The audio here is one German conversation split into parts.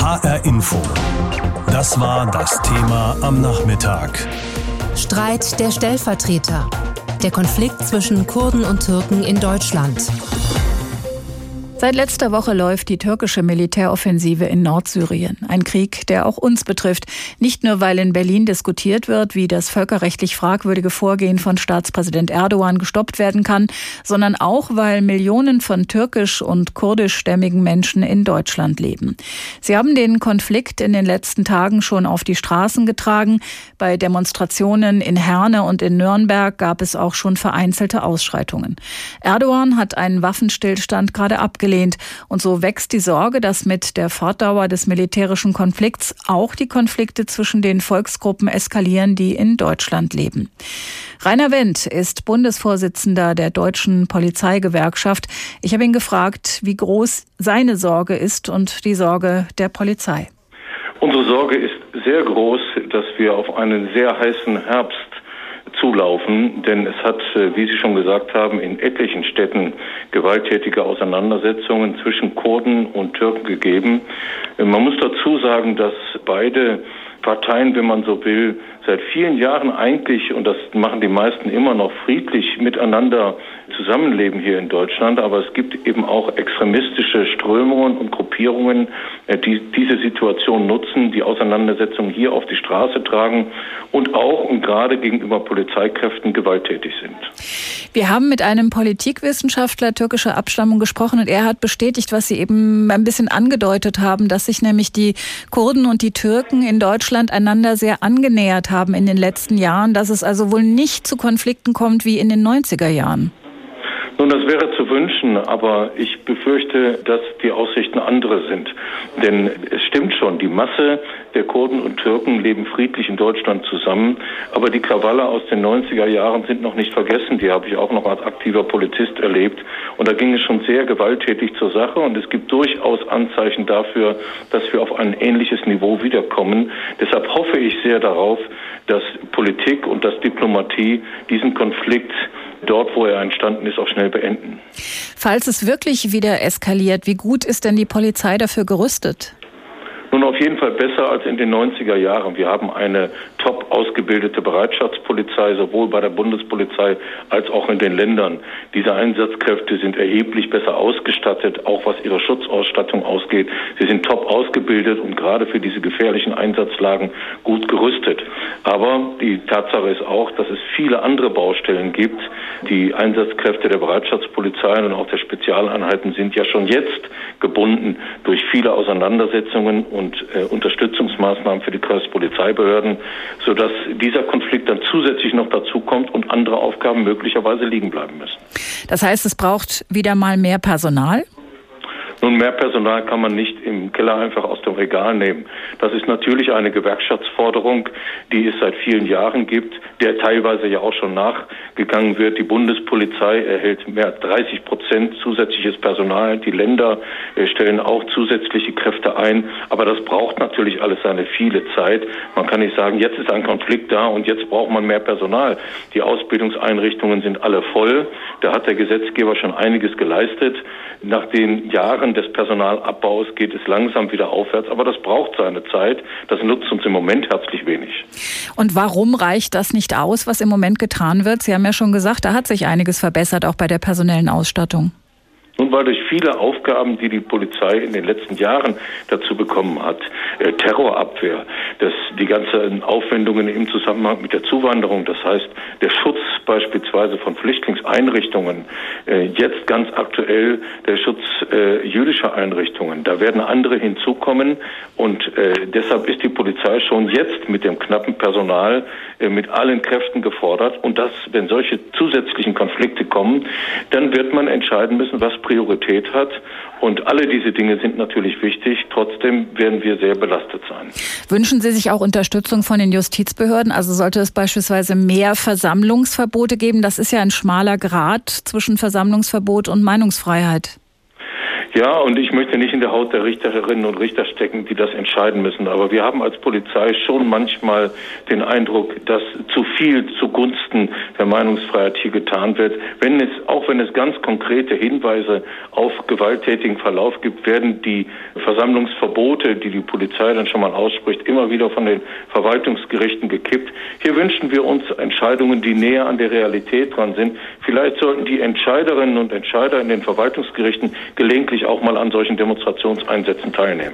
HR Info. Das war das Thema am Nachmittag. Streit der Stellvertreter. Der Konflikt zwischen Kurden und Türken in Deutschland. Seit letzter Woche läuft die türkische Militäroffensive in Nordsyrien. Ein Krieg, der auch uns betrifft. Nicht nur, weil in Berlin diskutiert wird, wie das völkerrechtlich fragwürdige Vorgehen von Staatspräsident Erdogan gestoppt werden kann, sondern auch, weil Millionen von türkisch- und kurdischstämmigen Menschen in Deutschland leben. Sie haben den Konflikt in den letzten Tagen schon auf die Straßen getragen. Bei Demonstrationen in Herne und in Nürnberg gab es auch schon vereinzelte Ausschreitungen. Erdogan hat einen Waffenstillstand gerade abgelehnt. Und so wächst die Sorge, dass mit der Fortdauer des militärischen Konflikts auch die Konflikte zwischen den Volksgruppen eskalieren, die in Deutschland leben. Rainer Wendt ist Bundesvorsitzender der Deutschen Polizeigewerkschaft. Ich habe ihn gefragt, wie groß seine Sorge ist und die Sorge der Polizei. Unsere Sorge ist sehr groß, dass wir auf einen sehr heißen Herbst zulaufen, denn es hat, wie Sie schon gesagt haben, in etlichen Städten gewalttätige Auseinandersetzungen zwischen Kurden und Türken gegeben. Man muss dazu sagen, dass beide Parteien, wenn man so will, seit vielen Jahren eigentlich, und das machen die meisten immer noch, friedlich miteinander zusammenleben hier in Deutschland. Aber es gibt eben auch extremistische Strömungen und Gruppierungen, die diese Situation nutzen, die Auseinandersetzungen hier auf die Straße tragen und auch und gerade gegenüber Polizeikräften gewalttätig sind. Wir haben mit einem Politikwissenschaftler türkischer Abstammung gesprochen und er hat bestätigt, was Sie eben ein bisschen angedeutet haben, dass sich nämlich die Kurden und die Türken in Deutschland einander sehr angenähert haben in den letzten Jahren, dass es also wohl nicht zu Konflikten kommt wie in den 90er Jahren. Nun, das wäre zu wünschen, aber ich befürchte, dass die Aussichten andere sind. Denn es stimmt schon, die Masse der Kurden und Türken leben friedlich in Deutschland zusammen. Aber die Krawalle aus den 90er Jahren sind noch nicht vergessen. Die habe ich auch noch als aktiver Polizist erlebt. Und da ging es schon sehr gewalttätig zur Sache. Und es gibt durchaus Anzeichen dafür, dass wir auf ein ähnliches Niveau wiederkommen. Deshalb hoffe ich sehr darauf, dass Politik und dass Diplomatie diesen Konflikt dort, wo er entstanden ist, auch schnell beenden. Falls es wirklich wieder eskaliert, wie gut ist denn die Polizei dafür gerüstet? Nun, auf jeden Fall besser als in den 90er Jahren. Wir haben eine top ausgebildete Bereitschaftspolizei, sowohl bei der Bundespolizei als auch in den Ländern. Diese Einsatzkräfte sind erheblich besser ausgestattet, auch was ihre Schutzausstattung ausgeht. Sie sind top ausgebildet und gerade für diese gefährlichen Einsatzlagen gut gerüstet. Aber die Tatsache ist auch, dass es viele andere Baustellen gibt. Die Einsatzkräfte der Bereitschaftspolizei und auch der Spezialeinheiten sind ja schon jetzt gebunden durch viele Auseinandersetzungen und Unterstützungsmaßnahmen für die Kreispolizeibehörden, sodass dieser Konflikt dann zusätzlich noch dazu kommt und andere Aufgaben möglicherweise liegen bleiben müssen. Das heißt, es braucht wieder mal mehr Personal? Nun, mehr Personal kann man nicht im Keller einfach aus dem Regal nehmen. Das ist natürlich eine Gewerkschaftsforderung, die es seit vielen Jahren gibt, der teilweise ja auch schon nachgegangen wird. Die Bundespolizei erhält mehr als 30% zusätzliches Personal. Die Länder stellen auch zusätzliche Kräfte ein. Aber das braucht natürlich alles seine viele Zeit. Man kann nicht sagen, jetzt ist ein Konflikt da und jetzt braucht man mehr Personal. Die Ausbildungseinrichtungen sind alle voll. Da hat der Gesetzgeber schon einiges geleistet. Nach den Jahren des Personalabbaus geht es langsam wieder aufwärts, aber das braucht seine Zeit. Das nutzt uns im Moment herzlich wenig. Und warum reicht das nicht aus, was im Moment getan wird? Sie haben ja schon gesagt, da hat sich einiges verbessert, auch bei der personellen Ausstattung. Nun, weil durch viele Aufgaben, die die Polizei in den letzten Jahren dazu bekommen hat, Terrorabwehr, die ganzen Aufwendungen im Zusammenhang mit der Zuwanderung, das heißt der Schutz beispielsweise von Flüchtlingseinrichtungen, jetzt ganz aktuell der Schutz jüdischer Einrichtungen, da werden andere hinzukommen und deshalb ist die Polizei schon jetzt mit dem knappen Personal mit allen Kräften gefordert und dass, wenn solche zusätzlichen Konflikte kommen, dann wird man entscheiden müssen, was Priorität hat. Und alle diese Dinge sind natürlich wichtig. Trotzdem werden wir sehr belastet sein. Wünschen Sie sich auch Unterstützung von den Justizbehörden? Also sollte es beispielsweise mehr Versammlungsverbote geben? Das ist ja ein schmaler Grat zwischen Versammlungsverbot und Meinungsfreiheit. Ja, und ich möchte nicht in der Haut der Richterinnen und Richter stecken, die das entscheiden müssen. Aber wir haben als Polizei schon manchmal den Eindruck, dass zu viel zugunsten der Meinungsfreiheit hier getan wird. Auch wenn es ganz konkrete Hinweise auf gewalttätigen Verlauf gibt, werden die Versammlungsverbote, die die Polizei dann schon mal ausspricht, immer wieder von den Verwaltungsgerichten gekippt. Hier wünschen wir uns Entscheidungen, die näher an der Realität dran sind. Vielleicht sollten die Entscheiderinnen und Entscheider in den Verwaltungsgerichten gelegentlich auch mal an solchen Demonstrationseinsätzen teilnehmen.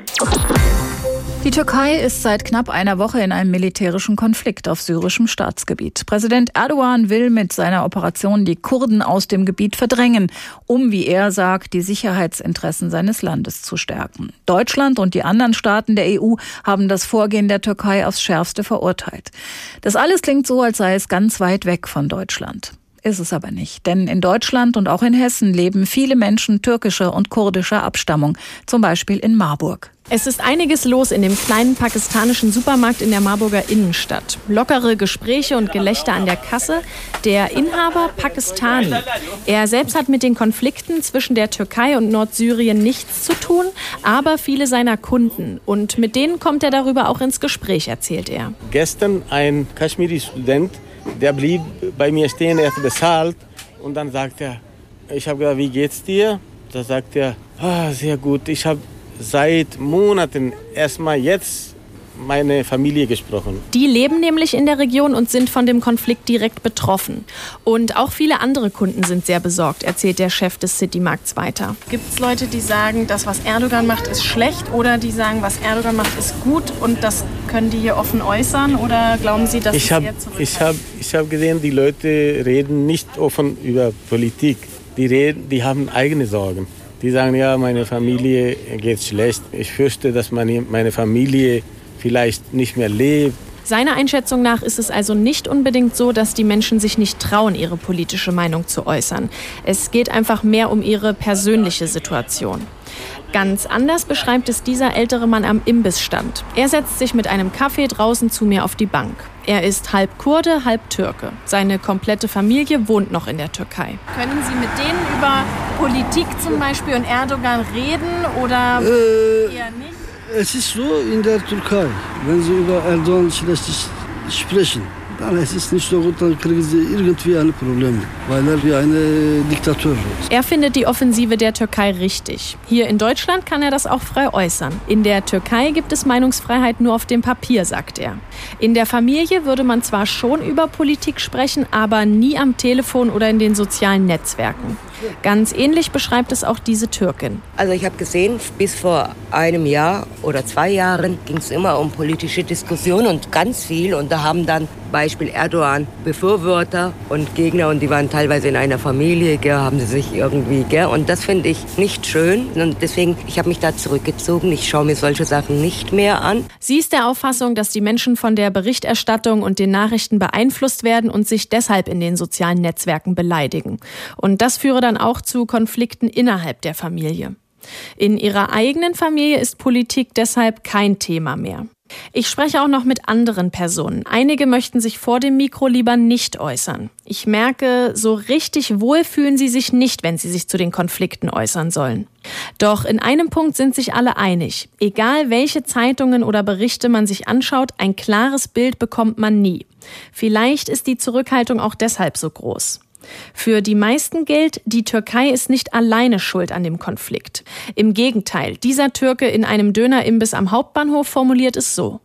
Die Türkei ist seit knapp einer Woche in einem militärischen Konflikt auf syrischem Staatsgebiet. Präsident Erdogan will mit seiner Operation die Kurden aus dem Gebiet verdrängen, um, wie er sagt, die Sicherheitsinteressen seines Landes zu stärken. Deutschland und die anderen Staaten der EU haben das Vorgehen der Türkei aufs Schärfste verurteilt. Das alles klingt so, als sei es ganz weit weg von Deutschland. Ist es aber nicht, denn in Deutschland und auch in Hessen leben viele Menschen türkischer und kurdischer Abstammung, zum Beispiel in Marburg. Es ist einiges los in dem kleinen pakistanischen Supermarkt in der Marburger Innenstadt. Lockere Gespräche und Gelächter an der Kasse. Der Inhaber Pakistani. Er selbst hat mit den Konflikten zwischen der Türkei und Nordsyrien nichts zu tun, aber viele seiner Kunden. Und mit denen kommt er darüber auch ins Gespräch, erzählt er. Gestern ein Kaschmiri-Student, der blieb bei mir stehen, er hat bezahlt. Und dann sagt er, ich habe gesagt, wie geht's dir? Da sagt er, sehr gut, ich habe seit Monaten erstmal jetzt meine Familie gesprochen. Die leben nämlich in der Region und sind von dem Konflikt direkt betroffen. Und auch viele andere Kunden sind sehr besorgt, erzählt der Chef des Citymarkts weiter. Gibt es Leute, die sagen, das, was Erdogan macht, ist schlecht, oder die sagen, was Erdogan macht, ist gut und das können die hier offen äußern, oder glauben Sie, dass es eher zurückhaltend? Ich habe gesehen, die Leute reden nicht offen über Politik. Die haben eigene Sorgen. Die sagen, ja, meine Familie geht schlecht. Ich fürchte, dass meine Familie vielleicht nicht mehr lebt. Seiner Einschätzung nach ist es also nicht unbedingt so, dass die Menschen sich nicht trauen, ihre politische Meinung zu äußern. Es geht einfach mehr um ihre persönliche Situation. Ganz anders beschreibt es dieser ältere Mann am Imbissstand. Er setzt sich mit einem Kaffee draußen zu mir auf die Bank. Er ist halb Kurde, halb Türke. Seine komplette Familie wohnt noch in der Türkei. Können Sie mit denen über Politik zum Beispiel und Erdogan reden oder eher nicht? Es ist so in der Türkei, wenn Sie über Erdogan schlecht sprechen, dann ist es nicht so gut, dann kriegen Sie irgendwie ein Problem, weil er wie eine Diktatur ist. Er findet die Offensive der Türkei richtig. Hier in Deutschland kann er das auch frei äußern. In der Türkei gibt es Meinungsfreiheit nur auf dem Papier, sagt er. In der Familie würde man zwar schon über Politik sprechen, aber nie am Telefon oder in den sozialen Netzwerken. Ganz ähnlich beschreibt es auch diese Türkin. Also ich habe gesehen, bis vor einem Jahr oder 2 Jahren ging es immer um politische Diskussionen und ganz viel. Und da haben dann Beispiel Erdogan Befürworter und Gegner, und die waren teilweise in einer Familie, haben sie sich irgendwie, und das finde ich nicht schön. Und deswegen, ich habe mich da zurückgezogen. Ich schaue mir solche Sachen nicht mehr an. Sie ist der Auffassung, dass die Menschen von der Berichterstattung und den Nachrichten beeinflusst werden und sich deshalb in den sozialen Netzwerken beleidigen. Und das führe dann auch zu Konflikten innerhalb der Familie. In ihrer eigenen Familie ist Politik deshalb kein Thema mehr. Ich spreche auch noch mit anderen Personen. Einige möchten sich vor dem Mikro lieber nicht äußern. Ich merke, so richtig wohl fühlen sie sich nicht, wenn sie sich zu den Konflikten äußern sollen. Doch in einem Punkt sind sich alle einig. Egal welche Zeitungen oder Berichte man sich anschaut, ein klares Bild bekommt man nie. Vielleicht ist die Zurückhaltung auch deshalb so groß. Für die meisten gilt, die Türkei ist nicht alleine schuld an dem Konflikt. Im Gegenteil, dieser Türke in einem Dönerimbiss am Hauptbahnhof formuliert es so: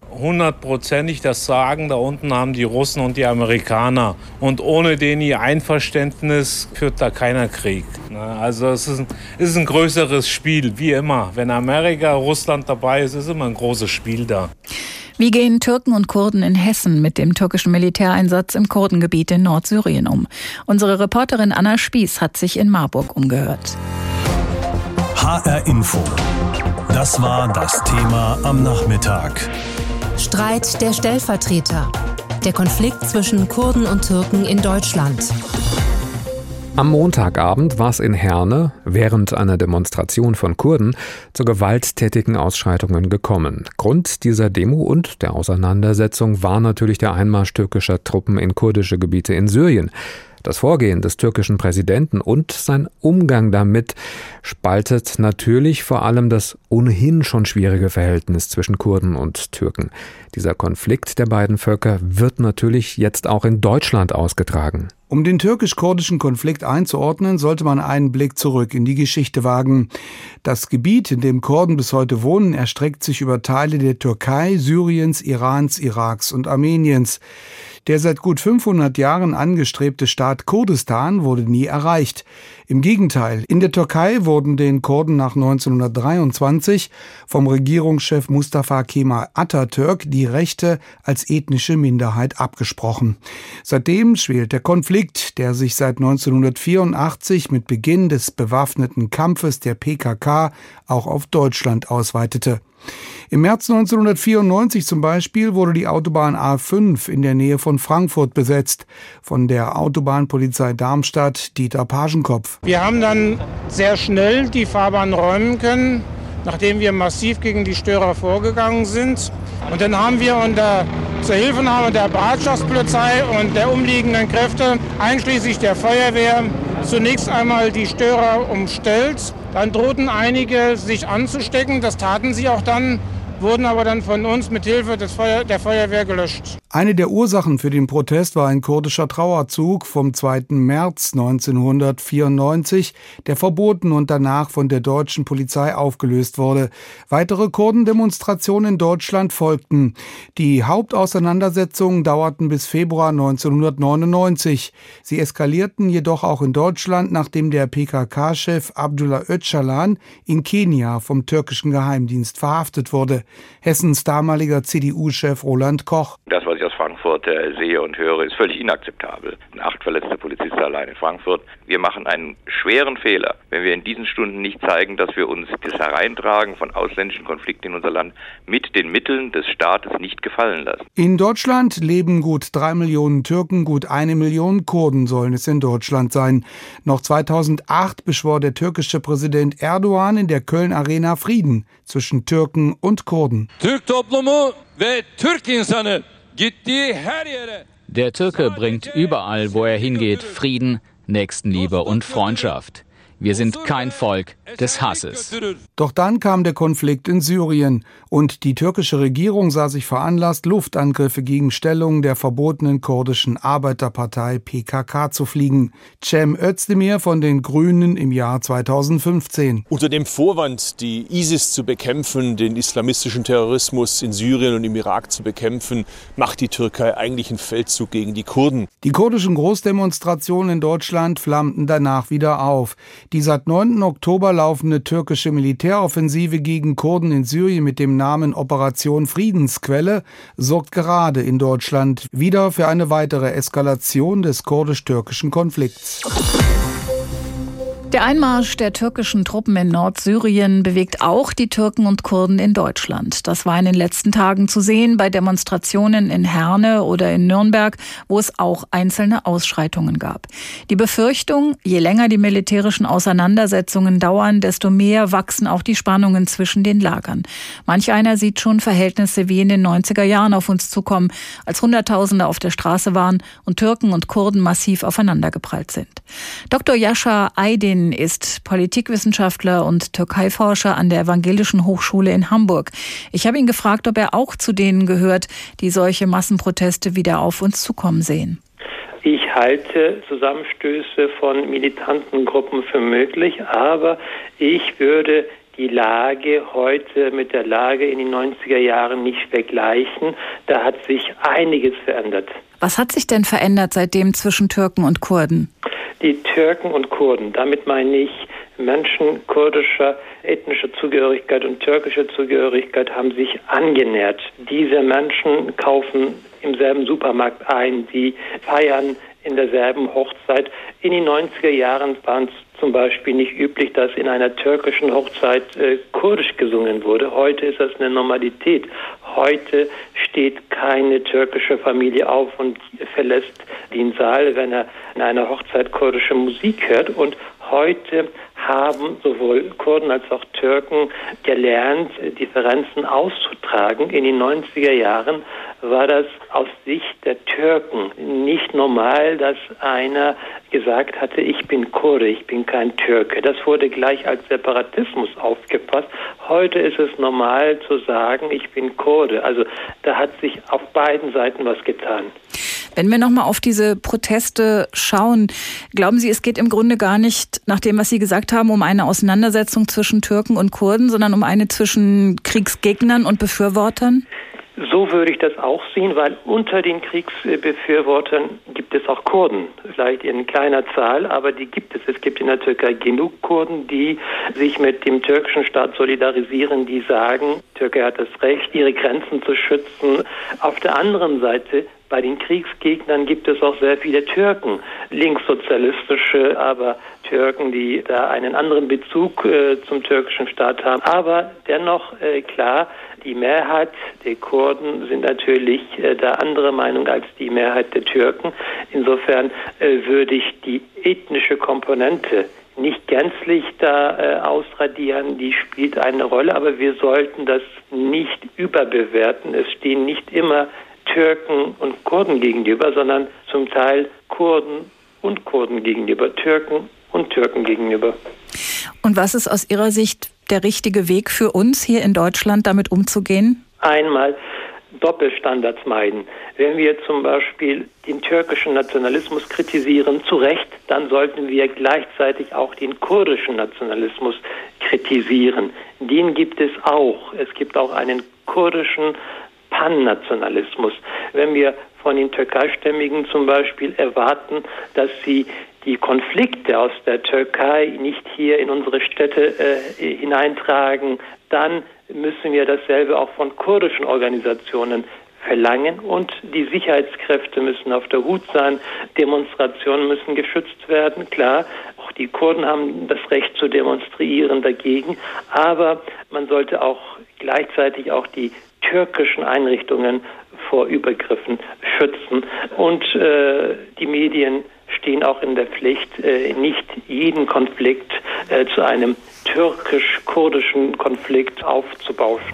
100%ig das Sagen, da unten haben die Russen und die Amerikaner. Und ohne denen ihr Einverständnis führt da keiner Krieg. Also es ist ein größeres Spiel, wie immer. Wenn Amerika, Russland dabei ist immer ein großes Spiel da. Wie gehen Türken und Kurden in Hessen mit dem türkischen Militäreinsatz im Kurdengebiet in Nordsyrien um? Unsere Reporterin Anna Spieß hat sich in Marburg umgehört. HR Info. Das war das Thema am Nachmittag. Streit der Stellvertreter. Der Konflikt zwischen Kurden und Türken in Deutschland. Am Montagabend war es in Herne während einer Demonstration von Kurden zu gewalttätigen Ausschreitungen gekommen. Grund dieser Demo und der Auseinandersetzung war natürlich der Einmarsch türkischer Truppen in kurdische Gebiete in Syrien. Das Vorgehen des türkischen Präsidenten und sein Umgang damit spaltet natürlich vor allem das ohnehin schon schwierige Verhältnis zwischen Kurden und Türken. Dieser Konflikt der beiden Völker wird natürlich jetzt auch in Deutschland ausgetragen. Um den türkisch-kurdischen Konflikt einzuordnen, sollte man einen Blick zurück in die Geschichte wagen. Das Gebiet, in dem Kurden bis heute wohnen, erstreckt sich über Teile der Türkei, Syriens, Irans, Iraks und Armeniens. Der seit gut 500 Jahren angestrebte Staat Kurdistan wurde nie erreicht. Im Gegenteil, in der Türkei wurden den Kurden nach 1923 vom Regierungschef Mustafa Kemal Atatürk die Rechte als ethnische Minderheit abgesprochen. Seitdem schwelt der Konflikt, der sich seit 1984 mit Beginn des bewaffneten Kampfes der PKK auch auf Deutschland ausweitete. Im März 1994 zum Beispiel wurde die Autobahn A5 in der Nähe von Frankfurt besetzt, von der Autobahnpolizei Darmstadt Dieter Pagenkopf. Wir haben dann sehr schnell die Fahrbahn räumen können, nachdem wir massiv gegen die Störer vorgegangen sind. Und dann haben wir unter Zuhilfenahme der Bereitschaftspolizei und der umliegenden Kräfte, einschließlich der Feuerwehr, zunächst einmal die Störer umstellt. Dann drohten einige, sich anzustecken. Das taten sie auch dann, wurden aber dann von uns mit Hilfe der Feuerwehr gelöscht. Eine der Ursachen für den Protest war ein kurdischer Trauerzug vom 2. März 1994, der verboten und danach von der deutschen Polizei aufgelöst wurde. Weitere Kurdendemonstrationen in Deutschland folgten. Die Hauptauseinandersetzungen dauerten bis Februar 1999. Sie eskalierten jedoch auch in Deutschland, nachdem der PKK-Chef Abdullah Öcalan in Kenia vom türkischen Geheimdienst verhaftet wurde. Hessens damaliger CDU-Chef Roland Koch. Das, was ich aus Frankfurt sehe und höre, ist völlig inakzeptabel. 8 verletzte Polizisten allein in Frankfurt. Wir machen einen schweren Fehler, wenn wir in diesen Stunden nicht zeigen, dass wir uns das Hereintragen von ausländischen Konflikten in unser Land mit den Mitteln des Staates nicht gefallen lassen. In Deutschland leben gut 3 Millionen Türken, gut 1 Million Kurden sollen es in Deutschland sein. Noch 2008 beschwor der türkische Präsident Erdogan in der Köln Arena Frieden zwischen Türken und Kurden. Der Türke bringt überall, wo er hingeht, Frieden, Nächstenliebe und Freundschaft. Wir sind kein Volk des Hasses. Doch dann kam der Konflikt in Syrien und die türkische Regierung sah sich veranlasst, Luftangriffe gegen Stellungen der verbotenen kurdischen Arbeiterpartei PKK zu fliegen. Cem Özdemir von den Grünen im Jahr 2015. Unter dem Vorwand, die ISIS zu bekämpfen, den islamistischen Terrorismus in Syrien und im Irak zu bekämpfen, macht die Türkei eigentlich einen Feldzug gegen die Kurden. Die kurdischen Großdemonstrationen in Deutschland flammten danach wieder auf. Die seit 9. Oktober laufende türkische Militäroffensive gegen Kurden in Syrien mit dem Namen Operation Friedensquelle sorgt gerade in Deutschland wieder für eine weitere Eskalation des kurdisch-türkischen Konflikts. Der Einmarsch der türkischen Truppen in Nordsyrien bewegt auch die Türken und Kurden in Deutschland. Das war in den letzten Tagen zu sehen bei Demonstrationen in Herne oder in Nürnberg, wo es auch einzelne Ausschreitungen gab. Die Befürchtung, je länger die militärischen Auseinandersetzungen dauern, desto mehr wachsen auch die Spannungen zwischen den Lagern. Manch einer sieht schon Verhältnisse wie in den 90er Jahren auf uns zukommen, als Hunderttausende auf der Straße waren und Türken und Kurden massiv aufeinandergeprallt sind. Dr. Yasha Aydin ist Politikwissenschaftler und Türkei-Forscher an der Evangelischen Hochschule in Hamburg. Ich habe ihn gefragt, ob er auch zu denen gehört, die solche Massenproteste wieder auf uns zukommen sehen. Ich halte Zusammenstöße von militanten Gruppen für möglich, aber ich würde die Lage heute mit der Lage in den 90er Jahren nicht vergleichen. Da hat sich einiges verändert. Was hat sich denn verändert seitdem zwischen Türken und Kurden? Die Türken und Kurden, damit meine ich Menschen kurdischer ethnischer Zugehörigkeit und türkischer Zugehörigkeit, haben sich angenähert. Diese Menschen kaufen im selben Supermarkt ein, die feiern in derselben Hochzeit. In den 90er Jahren waren es zum Beispiel nicht üblich, dass in einer türkischen Hochzeit kurdisch gesungen wurde. Heute ist das eine Normalität. Heute steht keine türkische Familie auf und verlässt den Saal, wenn er in einer Hochzeit kurdische Musik hört. Und heute haben sowohl Kurden als auch Türken gelernt, Differenzen auszutragen. In den 90er Jahren war das aus Sicht der Türken nicht normal, dass einer gesagt hatte, ich bin Kurde, ich bin kein Türke. Das wurde gleich als Separatismus aufgefasst. Heute ist es normal zu sagen, ich bin Kurde. Also da hat sich auf beiden Seiten was getan. Wenn wir nochmal auf diese Proteste schauen, glauben Sie, es geht im Grunde gar nicht, nach dem, was Sie gesagt haben, um eine Auseinandersetzung zwischen Türken und Kurden, sondern um eine zwischen Kriegsgegnern und Befürwortern? So würde ich das auch sehen, weil unter den Kriegsbefürwortern gibt es auch Kurden, vielleicht in kleiner Zahl, aber die gibt es. Es gibt in der Türkei genug Kurden, die sich mit dem türkischen Staat solidarisieren, die sagen, die Türkei hat das Recht, ihre Grenzen zu schützen. Auf der anderen Seite, bei den Kriegsgegnern gibt es auch sehr viele Türken, linkssozialistische, aber Türken, die da einen anderen Bezug zum türkischen Staat haben. Aber dennoch klar, die Mehrheit der Kurden sind natürlich da andere Meinung als die Mehrheit der Türken. Insofern würde ich die ethnische Komponente nicht gänzlich da ausradieren, die spielt eine Rolle, aber wir sollten das nicht überbewerten. Es stehen nicht immer Türken und Kurden gegenüber, sondern zum Teil Kurden und Kurden gegenüber, Türken und Türken gegenüber. Und was ist aus Ihrer Sicht der richtige Weg für uns hier in Deutschland, damit umzugehen? Einmal Doppelstandards meiden. Wenn wir zum Beispiel den türkischen Nationalismus kritisieren, zu Recht, dann sollten wir gleichzeitig auch den kurdischen Nationalismus kritisieren. Den gibt es auch. Es gibt auch einen kurdischen Pan-Nationalismus. Wenn wir von den Türkeistämmigen zum Beispiel erwarten, dass sie die Konflikte aus der Türkei nicht hier in unsere Städte hineintragen, dann müssen wir dasselbe auch von kurdischen Organisationen verlangen und die Sicherheitskräfte müssen auf der Hut sein, Demonstrationen müssen geschützt werden, klar, auch die Kurden haben das Recht zu demonstrieren dagegen, aber man sollte auch gleichzeitig auch die türkischen Einrichtungen vor Übergriffen schützen und die Medien stehen auch in der Pflicht, nicht jeden Konflikt zu einem türkisch-kurdischen Konflikt aufzubauschen.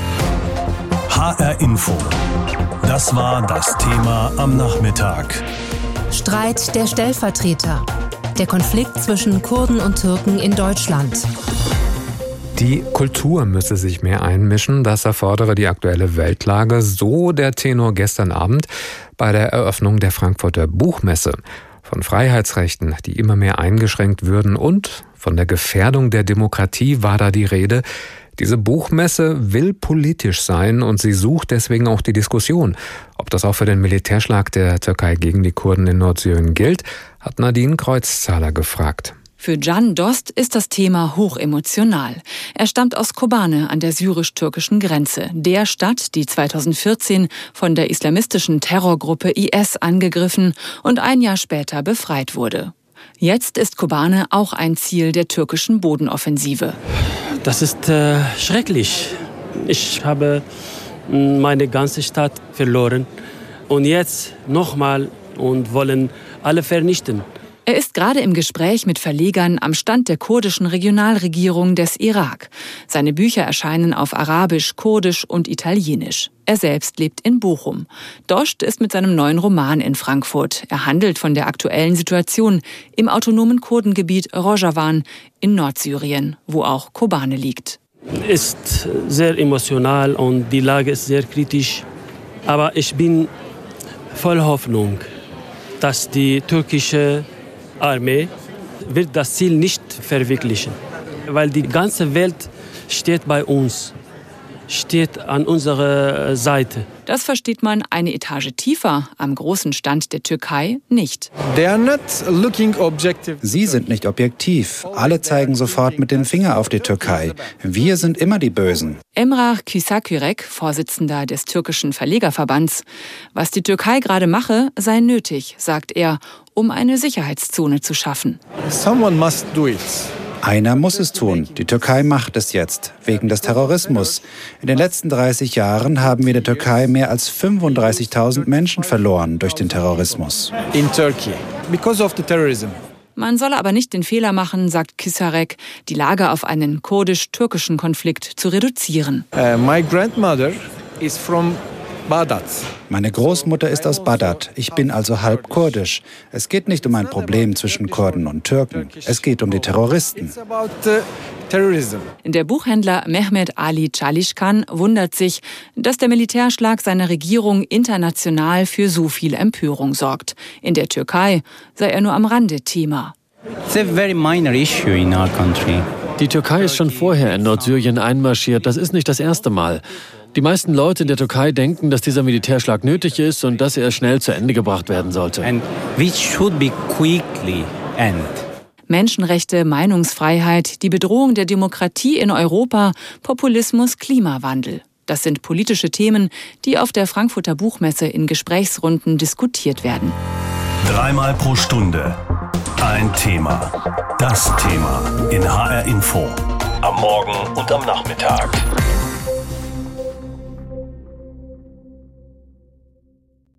HR Info. Das war das Thema am Nachmittag. Streit der Stellvertreter. Der Konflikt zwischen Kurden und Türken in Deutschland. Die Kultur müsse sich mehr einmischen, das erfordere die aktuelle Weltlage, so der Tenor gestern Abend bei der Eröffnung der Frankfurter Buchmesse. Von Freiheitsrechten, die immer mehr eingeschränkt würden, und von der Gefährdung der Demokratie war da die Rede. Diese Buchmesse will politisch sein und sie sucht deswegen auch die Diskussion. Ob das auch für den Militärschlag der Türkei gegen die Kurden in Nordsyrien gilt, hat Nadine Kreuzzahler gefragt. Für Can Dost ist das Thema hochemotional. Er stammt aus Kobane an der syrisch-türkischen Grenze, der Stadt, die 2014 von der islamistischen Terrorgruppe IS angegriffen und ein Jahr später befreit wurde. Jetzt ist Kobane auch ein Ziel der türkischen Bodenoffensive. Das ist schrecklich. Ich habe meine ganze Stadt verloren und jetzt nochmal und wollen alle vernichten. Er ist gerade im Gespräch mit Verlegern am Stand der kurdischen Regionalregierung des Irak. Seine Bücher erscheinen auf Arabisch, Kurdisch und Italienisch. Er selbst lebt in Bochum. Dost ist mit seinem neuen Roman in Frankfurt. Er handelt von der aktuellen Situation im autonomen Kurdengebiet Rojavan in Nordsyrien, wo auch Kobane liegt. Ist sehr emotional und die Lage ist sehr kritisch. Aber ich bin voll Hoffnung, dass die türkische Armee wird das Ziel nicht verwirklichen, weil die ganze Welt steht bei uns, steht an unserer Seite. Das versteht man eine Etage tiefer am großen Stand der Türkei nicht. Sie sind nicht objektiv. Alle zeigen sofort mit dem Finger auf die Türkei. Wir sind immer die Bösen. Emrah Küsakürek, Vorsitzender des türkischen Verlegerverbands. Was die Türkei gerade mache, sei nötig, sagt er, um eine Sicherheitszone zu schaffen. Einer muss es tun. Die Türkei macht es jetzt, wegen des Terrorismus. In den letzten 30 Jahren haben wir in der Türkei mehr als 35.000 Menschen verloren durch den Terrorismus. Man solle aber nicht den Fehler machen, sagt Kisarek, die Lage auf einen kurdisch-türkischen Konflikt zu reduzieren. My grandmother is from Bagdad. Meine Großmutter ist aus Bagdad. Ich bin also halb kurdisch. Es geht nicht um ein Problem zwischen Kurden und Türken. Es geht um die Terroristen. Der Buchhändler Mehmet Ali Çalışkan wundert sich, dass der Militärschlag seiner Regierung international für so viel Empörung sorgt. In der Türkei sei er nur am Rande Thema. Die Türkei ist schon vorher in Nordsyrien einmarschiert. Das ist nicht das erste Mal. Die meisten Leute in der Türkei denken, dass dieser Militärschlag nötig ist und dass er schnell zu Ende gebracht werden sollte. Menschenrechte, Meinungsfreiheit, die Bedrohung der Demokratie in Europa, Populismus, Klimawandel. Das sind politische Themen, die auf der Frankfurter Buchmesse in Gesprächsrunden diskutiert werden. 3-mal pro Stunde ein Thema. Das Thema in HR Info. Am Morgen und am Nachmittag.